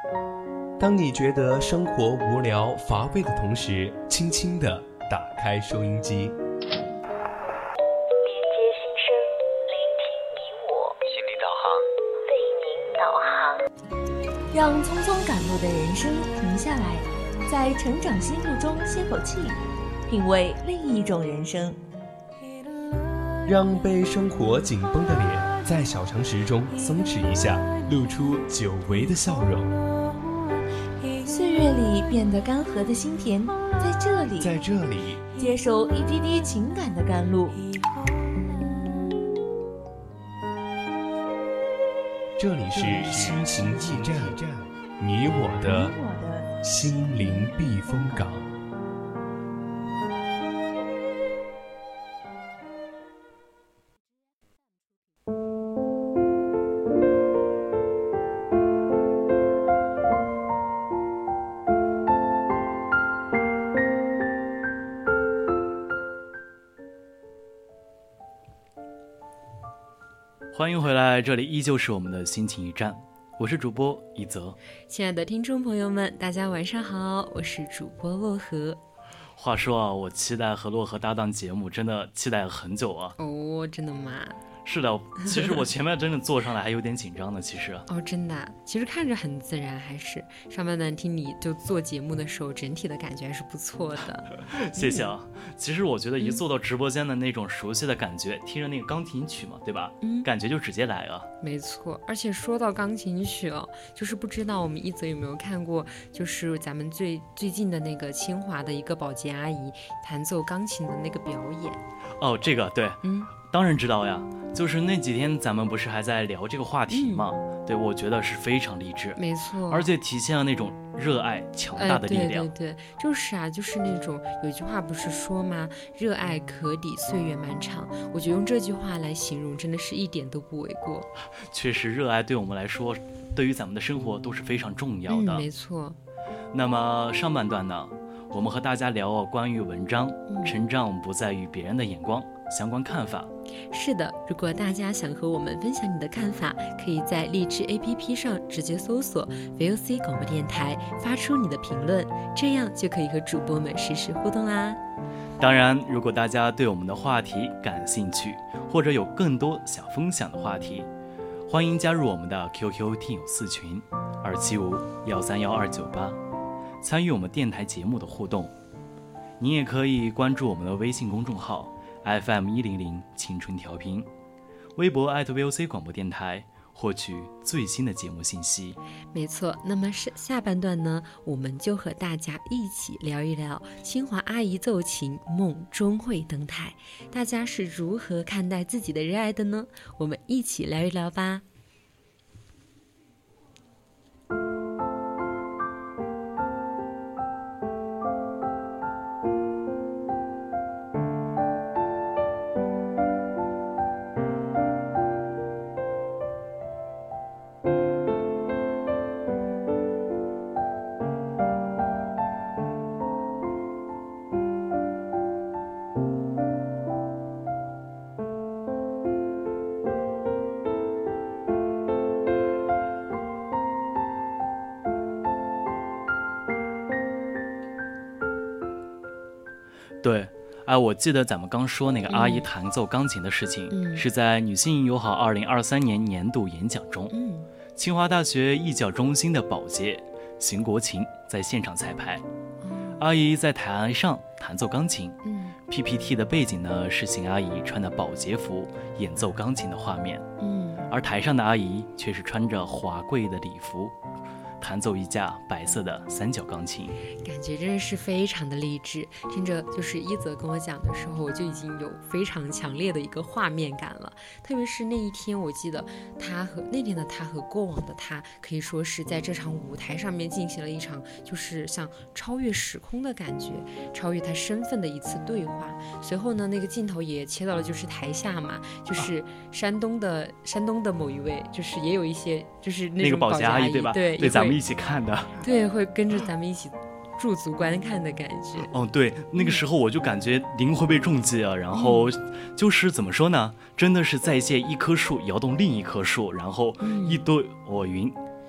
当你觉得生活无聊乏味的同时，轻轻地打开收音机， 连接心声，聆听你我， 心理导航， 为您导航。 让匆匆赶路的人生停下来，在成长心路中歇口气，品味另一种人生。 让被生活紧绷的脸在小常识中松弛一下，露出久违的笑容。 岁月里变得干涸的心田，在这里接受一滴滴情感的甘露。 这里是心情驿站，你我的心灵避风港。 欢迎回来，这里依旧是我们的心情驿站，我是主播一泽。 亲爱的听众朋友们，大家晚上好，我是主播洛河。 话说啊，我期待和洛河搭档节目，真的期待了很久啊。 哦，真的吗？ 是的，其实我前面真的坐上来还有点紧张的，其实。 哦，真的，其实看着很自然，还是上半段听你就做节目的时候，整体的感觉还是不错的。 谢谢啊。其实我觉得一坐到直播间的那种熟悉的感觉，听着那个钢琴曲嘛，对吧？感觉就直接来了。 没错，而且说到钢琴曲哦，就是不知道我们一泽有没有看过，就是咱们最近的那个清华的一个保洁阿姨弹奏钢琴的那个表演。 哦，这个对，当然知道呀，就是那几天咱们不是还在聊这个话题吗？对，我觉得是非常励志， 没错， 而且体现了那种热爱强大的力量。 对，就是啊，就是那种有句话不是说吗？热爱可抵岁月漫长。我觉得用这句话来形容，真的是一点都不为过。 确实，热爱对我们来说，对于咱们的生活都是非常重要的。 没错。 那么上半段呢，我们和大家聊关于文章，成长不在于别人的眼光。相关看法。 是的，如果大家想和我们分享你的看法，可以在荔枝 APP 上直接搜索 VOC 广播电台，发出你的评论，这样就可以和主播们实时互动啦。 当然，如果大家对我们的话题感兴趣，或者有更多想分享的话题，欢迎加入我们的 QQ 听友4群275-131-298，参与我们电台节目的互动。你也可以关注我们的微信公众号FM100青春调频，微博@VOC 广播电台，获取最新的节目信息。 没错，那么下半段呢，我们就和大家一起聊一聊清华阿姨奏琴梦终会登台，大家是如何看待自己的热爱的呢？我们一起聊一聊吧。 对，我记得咱们刚说那个阿姨弹奏钢琴的事情，是在女性友好2023年年度演讲中，清华大学艺教中心的保洁邢国琴在现场彩排，阿姨在台上弹奏钢琴，PPT 的背景呢是邢阿姨穿的保洁服演奏钢琴的画面，而台上的阿姨却是穿着华贵的礼服，弹奏一架白色的3角钢琴， 感觉真的是非常的励志。听着就是一泽跟我讲的时候，我就已经有非常强烈的一个画面感了。特别是那一天，我记得那天的他和过往的他，可以说是在这场舞台上面进行了一场就是像超越时空的感觉，超越他身份的一次对话。随后呢，那个镜头也切到了就是台下嘛，就是山东的某一位，就是也有一些就是那种保洁阿姨对吧？对，咱们一起看的， 对，会跟着咱们一起驻足观看的感觉。 对，那个时候我就感觉灵会被重击啊，然后就是怎么说呢，真的是在借一棵树摇动另一棵树，然后一堆云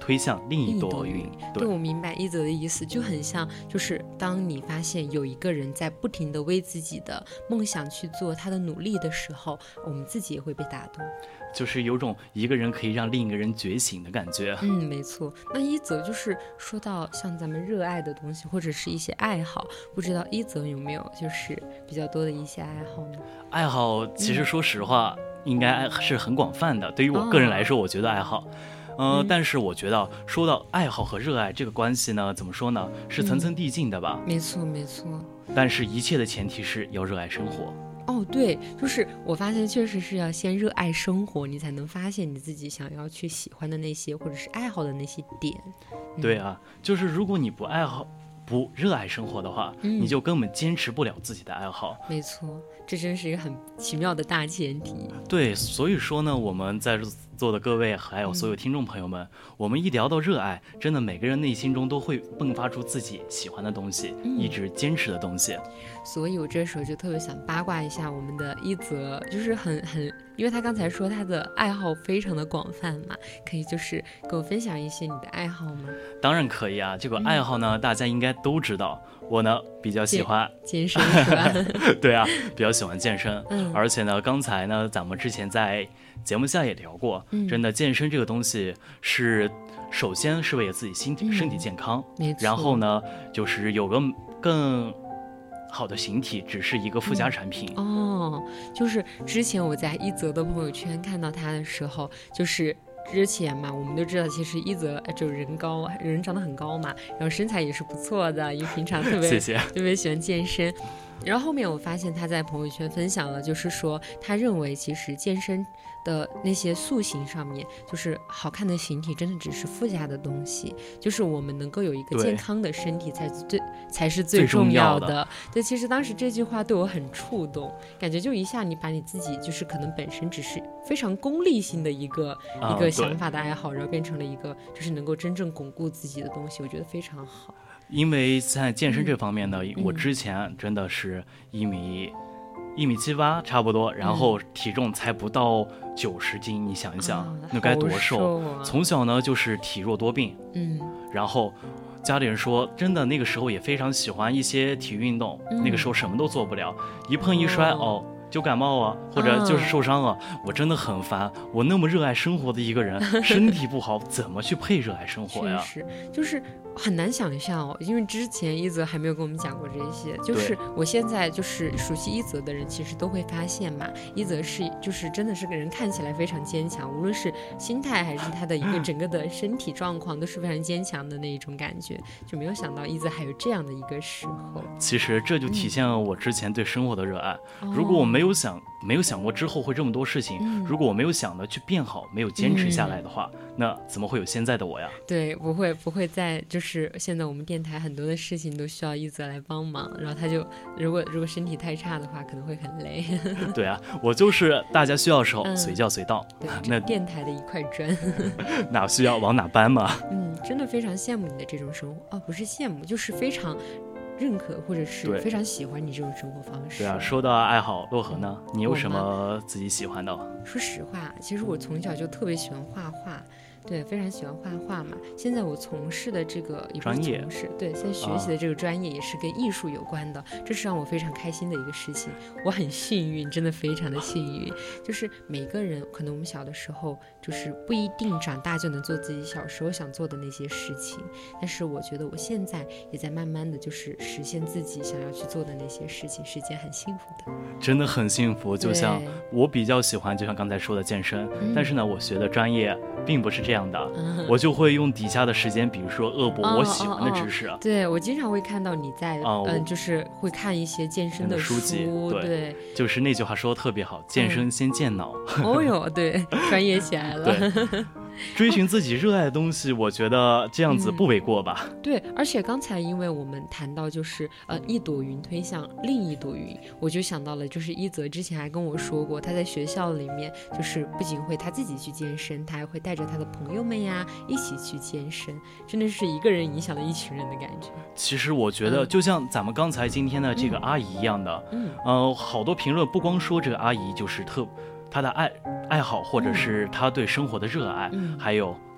推向另一朵云。 对，我明白一泽的意思，就很像就是当你发现有一个人在不停地为自己的梦想去做他的努力的时候，我们自己也会被打动， 就是有种一个人可以让另一个人觉醒的感觉。 没错。那一泽就是说到像咱们热爱的东西或者是一些爱好，不知道一泽有没有就是比较多的一些爱好呢？ 爱好其实说实话应该是很广泛的，对于我个人来说我觉得爱好但是我觉得说到爱好和热爱这个关系呢，怎么说呢，是层层递进的吧。 没错没错， 但是一切的前提是要热爱生活。 对，就是我发现确实是要先热爱生活，你才能发现你自己想要去喜欢的那些或者是爱好的那些点。 对啊，就是如果你不热爱生活的话，你就根本坚持不了自己的爱好。 没错，这真是一个很奇妙的大前提。 对，所以说呢，我们在座的各位还有所有听众朋友们，我们一聊到热爱，真的每个人内心中都会迸发出自己喜欢的东西，一直坚持的东西。 所以我这时候就特别想八卦一下我们的一泽，就是很因为他刚才说他的爱好非常的广泛嘛，可以就是跟我分享一些你的爱好吗？ 当然可以啊，这个爱好呢，大家应该都知道，我呢比较喜欢健身是吧？ 对啊，比较喜欢健身，而且呢，刚才呢咱们之前在节目下也聊过，真的健身这个东西是首先是为了自己身体健康，然后呢就是有个更好的形体只是一个附加产品。 就是之前我在一泽的朋友圈看到他的时候，就是之前嘛，我们都知道其实一泽就人长得很高嘛，然后身材也是不错的，因为平常特别特别喜欢健身。然后后面我发现他在朋友圈分享了，就是说他认为其实健身的那些塑形上面，就是好看的形体真的只是附加的东西，就是我们能够有一个健康的身体才是最重要的。对，其实当时这句话对我很触动，感觉就一下你把你自己就是可能本身只是非常功利性的一个想法的爱好，然后变成了一个就是能够真正巩固自己的东西，我觉得非常好。 因为在健身这方面呢，我之前真的是1.78米差不多，然后体重才不到90斤，你想一想，那该多瘦！从小呢就是体弱多病，然后家里人说，真的那个时候也非常喜欢一些体育运动，那个时候什么都做不了，一碰一摔就感冒啊，或者就是受伤啊，我真的很烦。我那么热爱生活的一个人，身体不好，怎么去配热爱生活呀？ 确实，就是很难想象因为之前一泽还没有跟我们讲过这些。就是我现在就是熟悉一泽的人，其实都会发现嘛，一泽是就是真的是个人看起来非常坚强，无论是心态还是他的一个整个的身体状况都是非常坚强的那一种感觉。就没有想到一泽还有这样的一个时候。 其实这就体现了我之前对生活的热爱。如果我没有想过之后会这么多事情，如果我没有想的去变好，没有坚持下来的话，那怎么会有现在的我呀？ 对，不会在就是现在我们电台很多的事情都需要一泽来帮忙，然后他就如果身体太差的话可能会很累。对啊，我就是大家需要的时候随叫随到， 那电台的一块砖哪需要往哪搬嘛。 真的非常羡慕你的这种生活不是羡慕，就是非常认可或者是非常喜欢你这种生活方式。 对啊，说到爱好，洛河呢，你有什么自己喜欢的？ 说实话，其实我从小就特别喜欢画画，对，非常喜欢画画嘛。现在我从事的这个也不是从事，对，现在学习的这个专业也是跟艺术有关的，这是让我非常开心的一个事情。我很幸运，真的非常的幸运。就是每个人可能我们小的时候就是不一定长大就能做自己小时候想做的那些事情，但是我觉得我现在也在慢慢的就是实现自己想要去做的那些事情，是一件很幸福的。 真的很幸福。就像我比较喜欢，就像刚才说的健身，但是呢，我学的专业并不是这样的，我就会用底下的时间，比如说恶补我喜欢的知识。 对，我经常会看到你在就是会看一些健身的书籍。 对， 就是那句话说的特别好，健身先健脑。 对，专业起来了。 对，追寻自己热爱的东西，我觉得这样子不为过吧。 对，而且刚才因为我们谈到就是一朵云推向另一朵云，我就想到了就是一泽之前还跟我说过，他在学校里面就是不仅会他自己去健身，他还会带着他的朋友们呀一起去健身，真的是一个人影响了一群人的感觉。 其实我觉得就像咱们刚才今天的这个阿姨一样的，好多评论不光说这个阿姨就是她的爱好，或者是她对生活的热爱，还有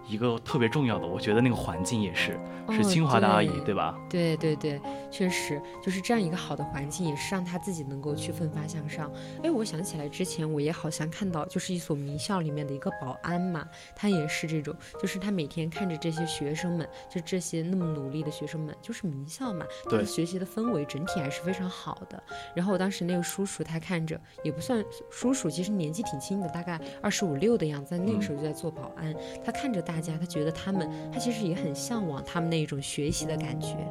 一个特别重要的，我觉得那个环境也是清华的阿姨，对吧？ 对对对，确实就是这样一个好的环境，也是让他自己能够去奋发向上。哎，我想起来之前我也好像看到，就是一所名校里面的一个保安嘛，他也是这种，就是他每天看着这些学生们，就这些那么努力的学生们，就是名校嘛，他的学习的氛围整体还是非常好的。然后我当时那个叔叔他看着也不算叔叔，其实年纪挺轻的，大概25、26的样子，那个时候就在做保安。他看着大家，他觉得他其实也很向往他们那种学习的感觉。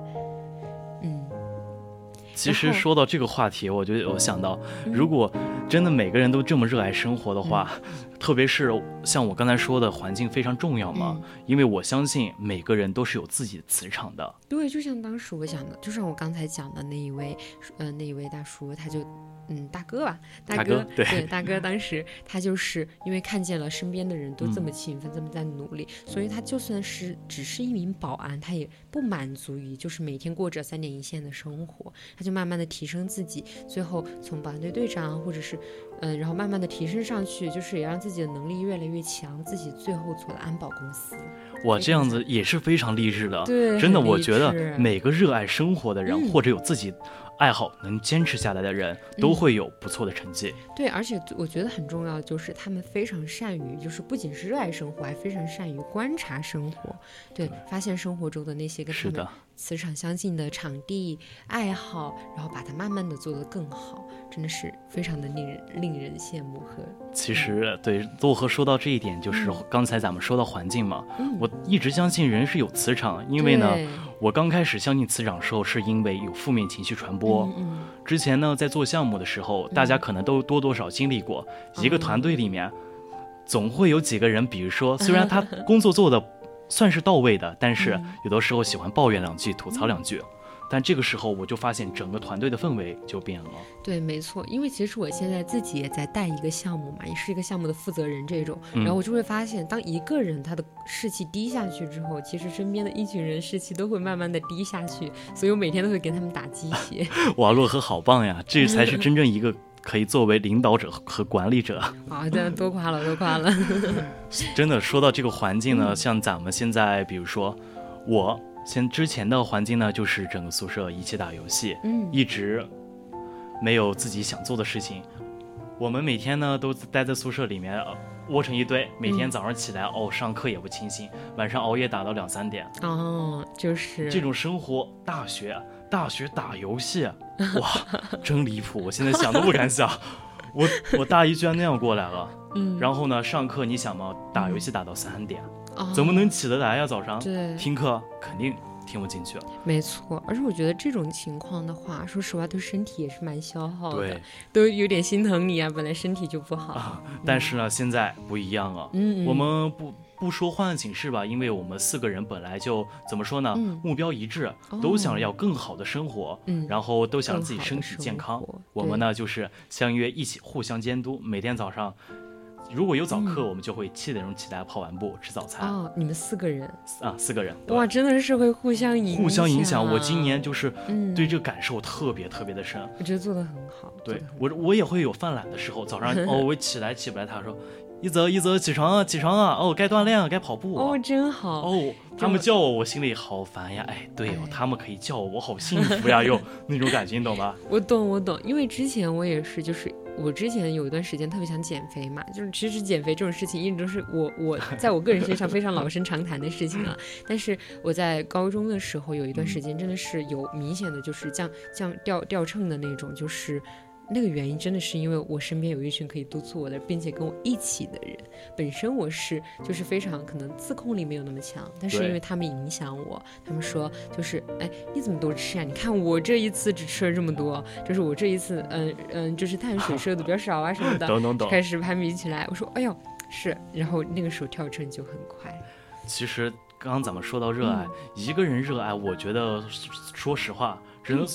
其实说到这个话题，我想到，如果真的每个人都这么热爱生活的话，特别是像我刚才说的，环境非常重要嘛，因为我相信每个人都是有自己的磁场的。 对，就像当时我讲的，就像我刚才讲的那一位大叔，他就大哥吧，大哥对大哥，当时他就是因为看见了身边的人都这么勤奋，这么在努力，所以他就算是只是一名保安，他也不满足于就是每天过着3点一线的生活，他就慢慢的提升自己，最后从保安队队长或者是然后慢慢的提升上去，就是也让自己的能力越来越强，自己最后做了安保公司。 哇，这样子也是非常励志的。 对， 真的，我觉得每个热爱生活的人，或者有自己爱好能坚持下来的人，都会有不错的成绩。 对，而且我觉得很重要的就是他们非常善于，就是不仅是热爱生活，还非常善于观察生活，对，发现生活中的那些跟他们磁场相近的场地爱好，然后把它慢慢的做得更好，真的是非常的令人羡慕和。 其实对洛河说到这一点，就是刚才咱们说到环境嘛，我一直相信人是有磁场，因为呢，我刚开始相信磁场的时候，是因为有负面情绪传播。之前呢，在做项目的时候，大家可能都多多少经历过，一个团队里面总会有几个人，比如说虽然他工作做的算是到位的，但是有的时候喜欢抱怨2句，吐槽2句。但这个时候我就发现整个团队的氛围就变了。 对，没错，因为其实我现在自己也在带一个项目嘛，也是一个项目的负责人这种，然后我就会发现，当一个人他的士气低下去之后，其实身边的一群人士气都会慢慢的低下去，所以我每天都会给他们打鸡血。 哇，洛河好棒呀，这才是真正一个可以作为领导者和管理者。 好的，多夸了多夸了。 真的说到这个环境呢，像咱们现在比如说之前的环境呢，就是整个宿舍一起打游戏，一直没有自己想做的事情。我们每天呢都待在宿舍里面窝成一堆，每天早上起来上课也不清醒，晚上熬夜打到2、3点。 就是这种生活，大学打游戏，哇，真离谱！我现在想都不敢想。我大一居然那样过来了，然后呢，上课你想嘛，打游戏打到3点。怎么能起得来呀？早上听课肯定听不进去。 没错，而且我觉得这种情况的话，说实话对身体也是蛮消耗的。 对， 都有点心疼你啊，本来身体就不好。 但是呢，现在不一样了。我们不说换寝室吧，因为我们4个人本来就怎么说呢，目标一致，都想要更好的生活，然后都想自己身体健康。我们呢就是相约一起互相监督，每天早上。如果有早课，我们就会7点钟起来跑完步吃早餐。 你们4个人 4个人， 哇，真的是会互相影响。 我今年就是对这个感受特别特别的深。 我觉得做得很好。 对，我也会有犯懒的时候，早上我起不来，他说一泽起床啊，该锻炼该跑步真好他们叫我心里好烦呀。对他们可以叫我好幸福呀，有那种感觉，你懂吧？ 我懂，因为之前我也是，就是我之前有一段时间特别想减肥嘛，就是其实减肥这种事情一直都是我在我个人身上非常老生常谈的事情了。但是我在高中的时候有一段时间真的是有明显的就是掉秤的那种，就是那个原因真的是因为我身边有一群可以督促我的，并且跟我一起的人，本身我是就是非常可能自控力没有那么强，但是因为他们影响我，他们说就是你怎么多吃啊？你看我这一次只吃了这么多，就是我这一次就是碳水摄的比较少啊什么的， 懂开始攀比起来。我说哎呦是，然后那个时候跳秤就很快。 其实刚刚咱们说到热爱，一个人热爱，我觉得说实话，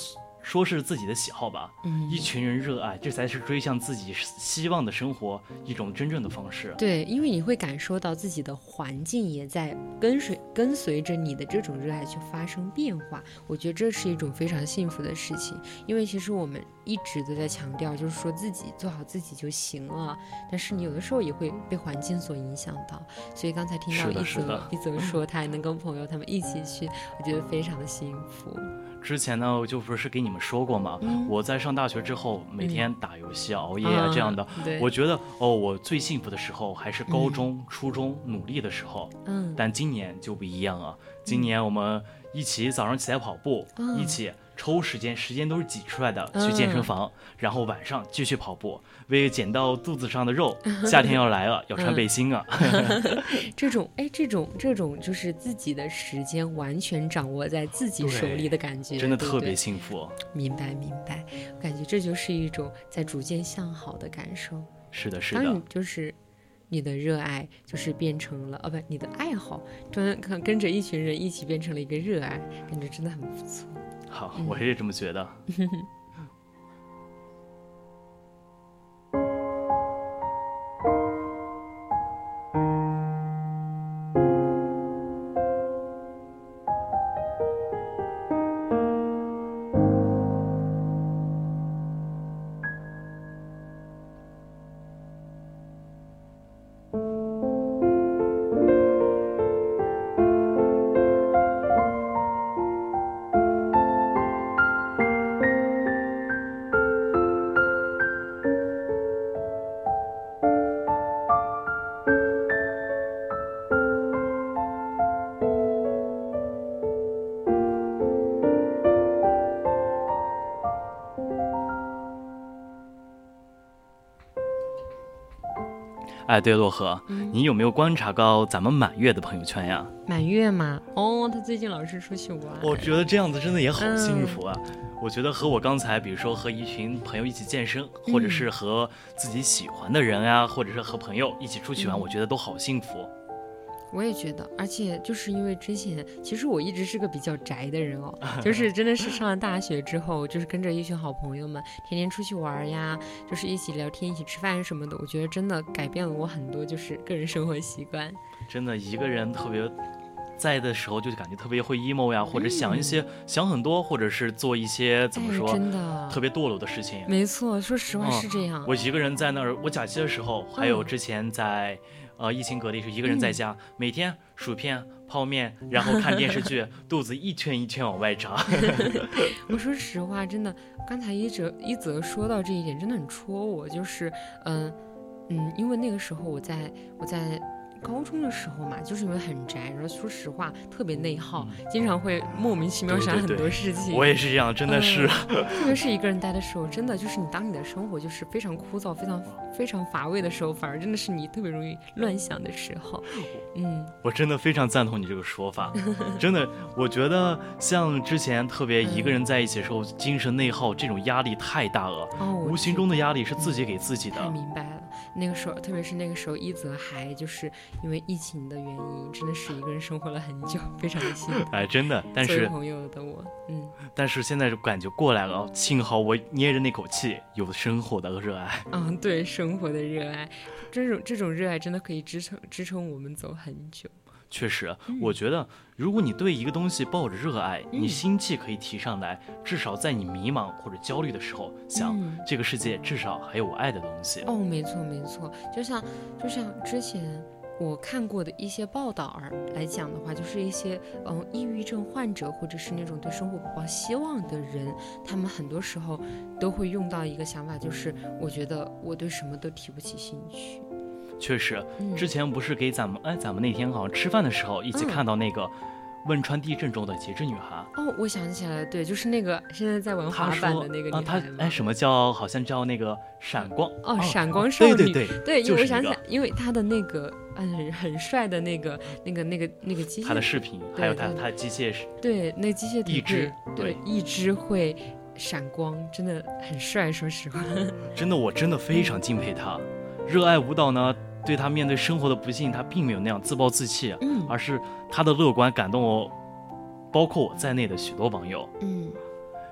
说是自己的喜好吧，一群人热爱，这才是追向自己希望的生活一种真正的方式。 对，因为你会感受到自己的环境也在跟随着你的这种热爱去发生变化，我觉得这是一种非常幸福的事情。因为其实我们一直都在强调，就是说自己做好自己就行了，但是你有的时候也会被环境所影响到。所以刚才听到一则说他还能跟朋友他们一起去，我觉得非常的幸福。 之前呢，就不是给你们说过吗？我在上大学之后，每天打游戏、熬夜啊这样的。我觉得我最幸福的时候还是高中、初中努力的时候。但今年就不一样啊！今年我们一起早上起来跑步，一起抽时间都是挤出来的去健身房，然后晚上继续跑步，为减到肚子上的肉。夏天要来了，要穿背心啊！ 这种就是自己的时间完全掌握在自己手里的感觉， 真的特别幸福。 明白，我感觉这就是一种在逐渐向好的感受。 是的。 当你就是你的热爱就是变成了你的爱好，跟着一群人一起变成了一个热爱，感觉真的很不错。 好，我也这么觉得。哎，对，洛河，你有没有观察到咱们满月的朋友圈呀？ 满月嘛，他最近老是出去玩。 我觉得这样子真的也好幸福啊！我觉得和我刚才，比如说和一群朋友一起健身，或者是和自己喜欢的人啊，或者是和朋友一起出去玩，我觉得都好幸福。 我也觉得，而且就是因为之前其实我一直是个比较宅的人就是真的是上了大学之后，就是跟着一群好朋友们天天出去玩呀，就是一起聊天一起吃饭什么的，我觉得真的改变了我很多就是个人生活习惯。 真的一个人特别在的时候就感觉特别会 emo 呀，或者想很多，或者是做一些怎么说真的特别堕落的事情。 没错，说实话是这样。 我一个人在那儿，我假期的时候还有之前在疫情隔离时一个人在家，每天薯片泡面，然后看电视剧肚子一圈一圈往外长。 我说实话，真的刚才一则说到这一点真的很戳我，就是因为那个时候我在高中的时候嘛，就是因为很宅，然后说实话特别内耗，经常会莫名其妙想很多事情。 我也是这样，真的是。 特别是一个人待的时候，真的就是当你的生活就是非常枯燥、非常乏味的时候，反而真的是你特别容易乱想的时候。 我真的非常赞同你这个说法。真的，我觉得像之前特别一个人在一起的时候，精神内耗这种压力太大了。无形中的压力是自己给自己的。 太明白了。那个时候，特别是那个时候，一泽还就是因为疫情的原因，真的是一个人生活了很久，非常的辛苦。 哎，真的，但是作为朋友的我， 但是现在就感觉过来了，幸好我捏着那口气，有生活的热爱。 对，生活的热爱，这种热爱真的可以支撑我们走很久。 确实，我觉得如果你对一个东西抱着热爱，你心气可以提上来，至少在你迷茫或者焦虑的时候，想这个世界至少还有我爱的东西。 没错，就像之前我看过的一些报道来讲的话，就是一些抑郁症患者或者是那种对生活不抱希望的人，他们很多时候都会用到一个想法，就是我觉得我对什么都提不起兴趣。 确实，之前不是给咱们那天好像吃饭的时候一起看到那个汶川地震中的截肢女孩。 我想起来了，对，就是那个现在在玩滑板的那个女孩。 她什么叫好像叫那个闪光闪光少女。 对， 因为我想起来，因为她的那个很帅的那个机械， 她的视频还有她的机械， 对，那机械一只一只会闪光，真的很帅。说实话， 真的我真的非常敬佩她。热爱舞蹈呢，对他面对生活的不幸，他并没有那样自暴自弃，而是他的乐观感动我，包括我在内的许多网友。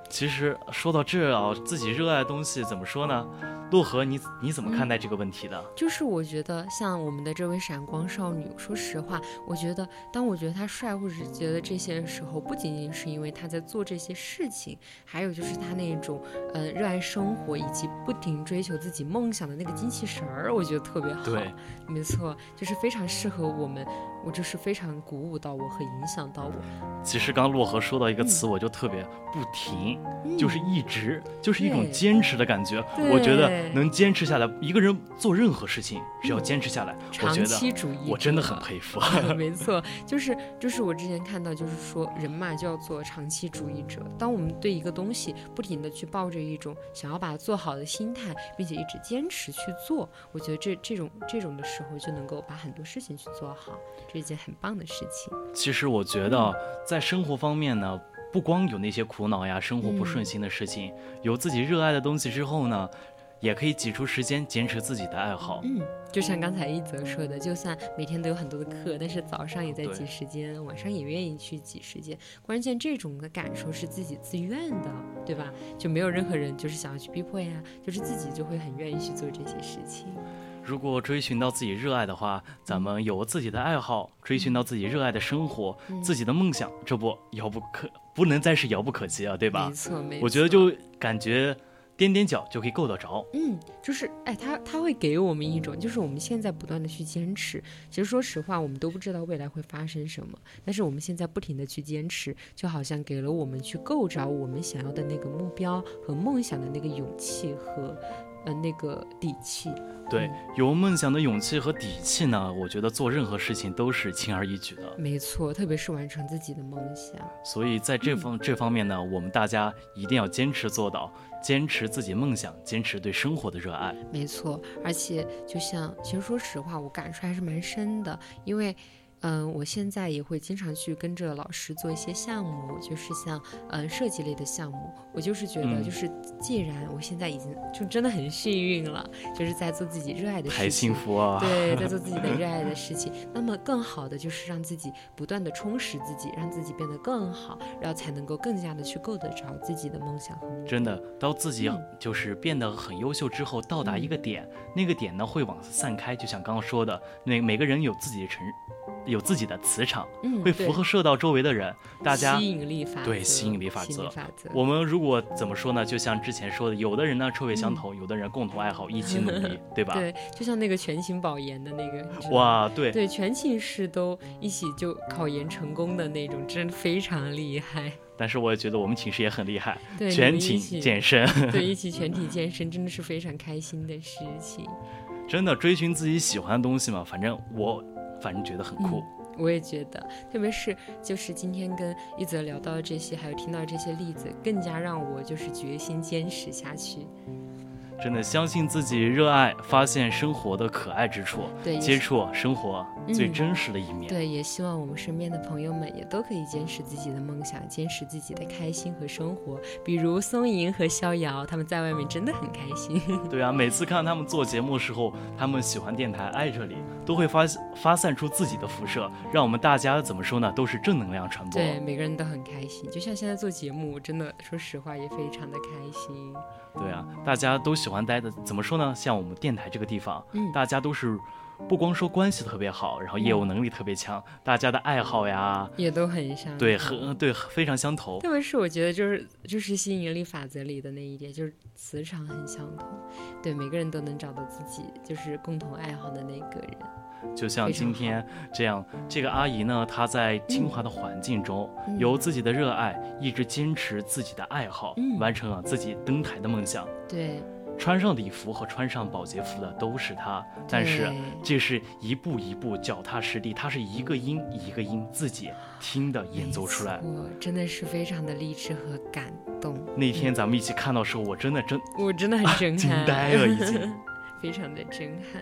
其实说到这啊，自己热爱的东西怎么说呢？洛河，你怎么看待这个问题的？ 就是我觉得像我们的这位闪光少女，说实话，我觉得当我觉得她帅或者是觉得这些的时候，不仅仅是因为她在做这些事情，还有就是她那种热爱生活以及不停追求自己梦想的那个精气神儿，我觉得特别好。 对， 没错，就是非常适合我们，我就是非常鼓舞到我和影响到我。 其实刚洛河说到一个词，我就特别不停，就是一直，就是一种坚持的感觉。我觉得能坚持下来，一个人做任何事情，只要坚持下来， 长期主义， 我真的很佩服。 没错，就是我之前看到，就是说人嘛就要做长期主义者。当我们对一个东西不停的去抱着一种想要把它做好的心态，并且一直坚持去做，我觉得这种的时候就能够把很多事情去做好，这是一件很棒的事情。 其实我觉得在生活方面呢，不光有那些苦恼呀，生活不顺心的事情，有自己热爱的东西之后呢，也可以挤出时间坚持自己的爱好。 就像刚才一泽说的，就算每天都有很多的课，但是早上也在挤时间，晚上也愿意去挤时间。关键这种的感受是自己自愿的，对吧？就没有任何人就是想要去逼迫呀，就是自己就会很愿意去做这些事情。 如果追寻到自己热爱的话，咱们有自己的爱好，追寻到自己热爱的生活，自己的梦想，这不能再是遥不可及啊，对吧？ 没错。 我觉得就感觉踮踮脚就可以够得着。 就是他会给我们一种，就是我们现在不断的去坚持。其实说实话，我们都不知道未来会发生什么，但是我们现在不停的去坚持，就好像给了我们去构着我们想要的那个目标和梦想的那个勇气和那个底气。 对，有梦想的勇气和底气呢，我觉得做任何事情都是轻而易举的。 没错，特别是完成自己的梦想。 所以在这方面呢，我们大家一定要坚持做到，坚持自己梦想，坚持对生活的热爱。 没错，而且就像，其实说实话，我感触还是蛮深的，因为我现在也会经常去跟着老师做一些项目，就是像设计类的项目。我就是觉得，就是既然我现在已经就真的很幸运了，就是在做自己热爱的事情， 太幸福啊！ 对，在做自己的热爱的事情。那么更好的就是让自己不断的充实自己，让自己变得更好，然后才能够更加的去够得着自己的梦想和目标。 真的，到自己就是变得很优秀之后，到达一个点，那个点呢会往散开，就像刚刚说的，每个人有自己的磁场，会辐射到周围的人，大家吸引力法则。 对，吸引力法则。我们如果怎么说呢？就像之前说的，有的人呢臭味相投，有的人共同爱好，一起努力，对吧？ 对，就像那个全勤保研的那个， 哇，对， 全寝室都一起就考研成功的那种，真的非常厉害。 但是我也觉得我们寝室也很厉害， 对， 全体健身， 对，一起全体健身，真的是非常开心的事情。 真的追寻自己喜欢的东西嘛，反正觉得很酷。 我也觉得，特别是就是今天跟一泽聊到这些，还有听到这些例子，更加让我就是决心坚持下去。 真的相信自己热爱，发现生活的可爱之处， 对， 接触生活最真实的一面。 对，也希望我们身边的朋友们也都可以坚持自己的梦想，坚持自己的开心和生活。比如松莹和逍遥，他们在外面真的很开心。 对啊，每次看他们做节目的时候，他们喜欢电台，爱这里，都会发散出自己的辐射，让我们大家怎么说呢，都是正能量传播。 对，每个人都很开心。就像现在做节目，真的说实话也非常的开心。 对啊，大家都喜欢待的，怎么说呢？像我们电台这个地方，大家都是不光说关系特别好，然后业务能力特别强，大家的爱好呀也都很相投， 对，非常相投。 特别是我觉得就是吸引力法则里的那一点，就是磁场很相同，对，每个人都能找到自己就是共同爱好的那个人。 就像今天这样，这个阿姨呢，她在清华的环境中，有自己的热爱，一直坚持自己的爱好，完成了自己登台的梦想。 对， 穿上礼服和穿上保洁服的都是她，但是这是一步一步脚踏实地，她是一个音一个音自己听的演奏出来。 真的是非常的励志和感动。 那天咱们一起看到的时候，我真的很震撼，惊呆了已经， 非常的震撼。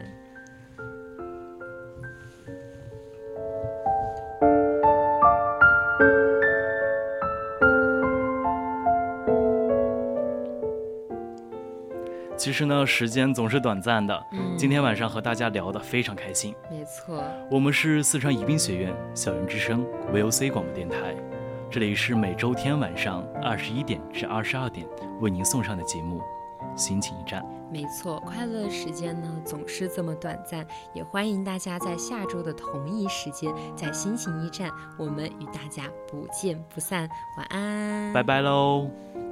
其实呢，时间总是短暂的。今天晚上和大家聊得非常开心。 没错， 我们是四川宜宾学院校园之声 VOC 广播电台， 这里是每周天晚上21点至22点为您送上的节目心情驿站。 没错，快乐的时间呢总是这么短暂，也欢迎大家在下周的同一时间在心情驿站，我们与大家不见不散。晚安， 拜拜喽。